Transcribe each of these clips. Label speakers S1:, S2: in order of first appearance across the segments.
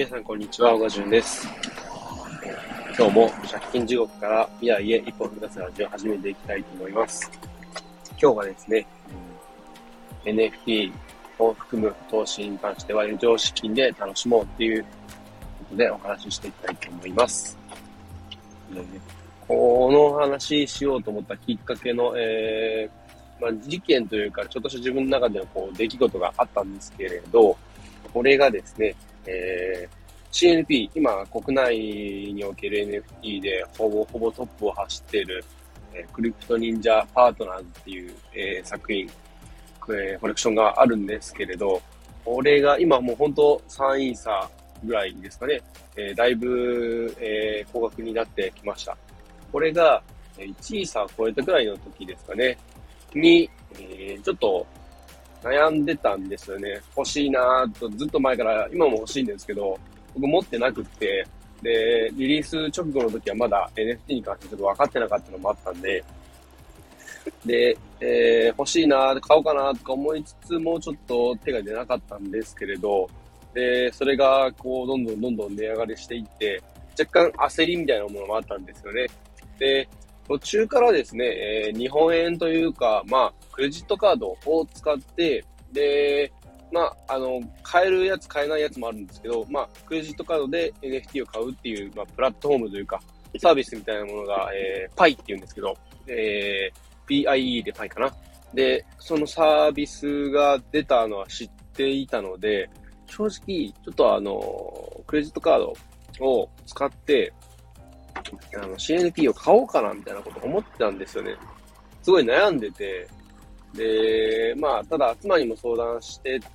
S1: 皆さんこんにちは、小川淳です。今日も借金地獄から未来へ一歩踏み出すラジオを始めていきたいと思います。今日はですね、NFT を含む投資に関しては余剰資金で楽しもうっていうことでお話ししていきたいと思います。この話しようと思ったきっかけの、事件というか、ちょっとした自分の中での出来事があったんですけれど、これがですね、CNP、今国内における NFT でほぼトップを走っている、クリプト忍者パートナーズっていう、作品、コレクションがあるんですけれど、これが今もう本当3イーサぐらいですかね、だいぶ、高額になってきました。これが1イーサ超えたくらいの時ですかね、に、ちょっと悩んでたんですよね。欲しいなぁと、ずっと前から、今も欲しいんですけど、僕持ってなくって、で、リリース直後の時はまだ NFT に関してちょっと分かってなかったのもあったんで、で、欲しいなぁ、買おうかなとか思いつつもちょっと手が出なかったんですけれど、で、それがどんどん値上がりしていって、若干焦りみたいなものもあったんですよね。で、途中からですね、日本円というか、クレジットカードを使って、で、買えるやつ、買えないやつもあるんですけど、クレジットカードで NFT を買うっていう、プラットフォームというか、サービスみたいなものが、パイって言うんですけど、PIE でパイかな。で、そのサービスが出たのは知っていたので、正直、ちょっとクレジットカードを使って、CNP を買おうかなみたいなこと思ってたんですよね。すごい悩んでて、で、ただ妻にも相談してって、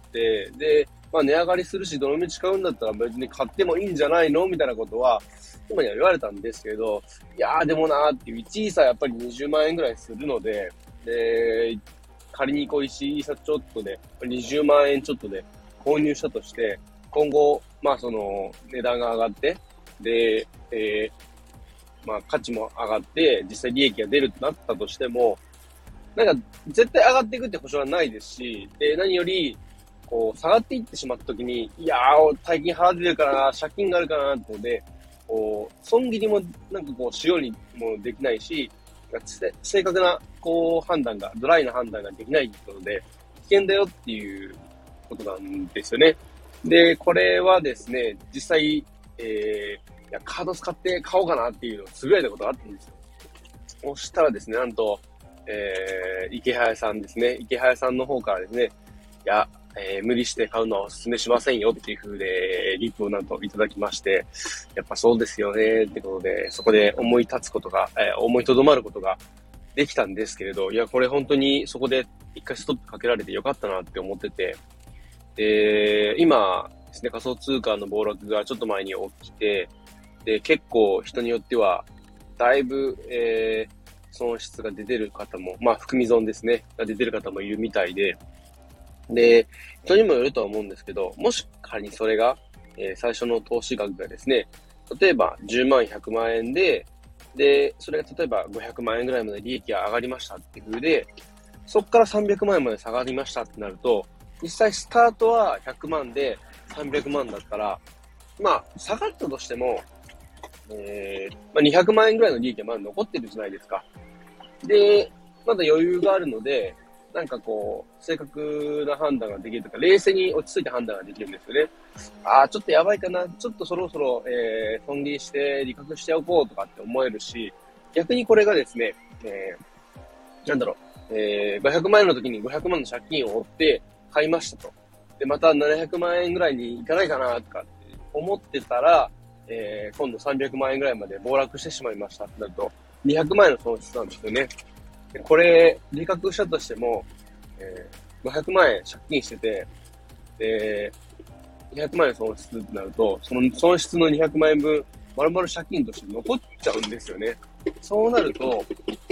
S1: で、値上がりするし、どの道買うんだったら別に買ってもいいんじゃないのみたいなことは、妻には言われたんですけど、いやーでもなーっていう、1イーサやっぱり20万円ぐらいするので、で、仮に1イーサちょっとで、20万円ちょっとで購入したとして、今後、その値段が上がって、で、価値も上がって、実際利益が出るとなったとしても、絶対上がっていくって保証はないですし、で、何より、下がっていってしまったときに、いやー、大金払ってるからな、借金があるからな、ってので、損切りも、しようにもできないし、正確な、判断が、ドライな判断ができないってことで、危険だよっていうことなんですよね。で、これはですね、実際、カード使って買おうかなっていうのをつぶやいたことがあったんですよ。そしたらですね、なんと、池早さんですね。池早さんの方からですね、いや、無理して買うのはお勧めしませんよっていう風で、リプをなんといただきまして、やっぱそうですよねってことで、そこで思い立つことが、思いとどまることができたんですけれど、いや、これ本当にそこで一回ストップかけられてよかったなって思ってて、で、今ですね、仮想通貨の暴落がちょっと前に起きて、で、結構人によっては、だいぶ、損失が出てる方も、含み損ですね、が出てる方もいるみたいで、で、人にもよるとは思うんですけど、もし仮にそれが、最初の投資額がですね、例えば10万、100万円で、それが例えば500万円ぐらいまで利益が上がりましたっていう風で、そこから300万円まで下がりましたってなると、実際スタートは100万で300万だったら、下がったとしても、200万円ぐらいの利益はまだ残ってるじゃないですか。で、まだ余裕があるので、正確な判断ができるとか、冷静に落ち着いた判断ができるんですよね。ちょっとやばいかな、ちょっとそろそろ、損切りして利確しておこうとかって思えるし、逆にこれがですね、500万円の時に500万の借金を負って買いましたと。で、また700万円ぐらいにいかないかなとかって思ってたら、今度300万円ぐらいまで暴落してしまいましたってなると、200万円の損失なんですよね。でこれ、利確したとしても、500万円借金してて、で、200万円損失ってなると、その損失の200万円分、丸々借金として残っちゃうんですよね。そうなると、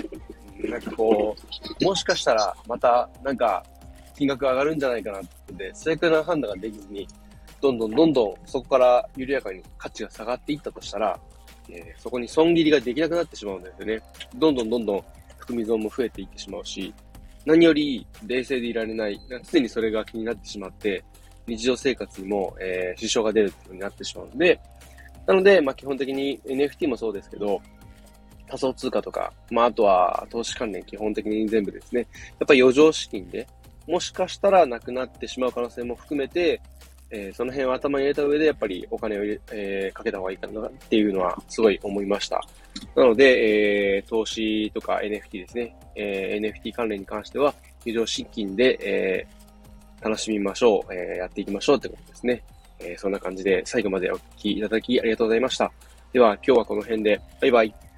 S1: もしかしたら、また、金額が上がるんじゃないかなって、正確な判断ができずに、どんどんそこから緩やかに価値が下がっていったとしたら、そこに損切りができなくなってしまうんですよね。どんどん含み損も増えていってしまうし、何より冷静でいられない、常にそれが気になってしまって、 日常生活にも、支障が出るっていう風になってしまうので、なので、基本的に NFT もそうですけど、仮想通貨とか、あとは投資関連基本的に全部ですね、やっぱり余剰資金で、もしかしたらなくなってしまう可能性も含めて、その辺を頭に入れた上で、やっぱりお金をかけた方がいいかなっていうのはすごい思いました。なので、投資とか NFT ですね、NFT 関連に関しては、余剰資金で、楽しみましょう、やっていきましょうってことですね。そんな感じで最後までお聞きいただきありがとうございました。では今日はこの辺で、バイバイ。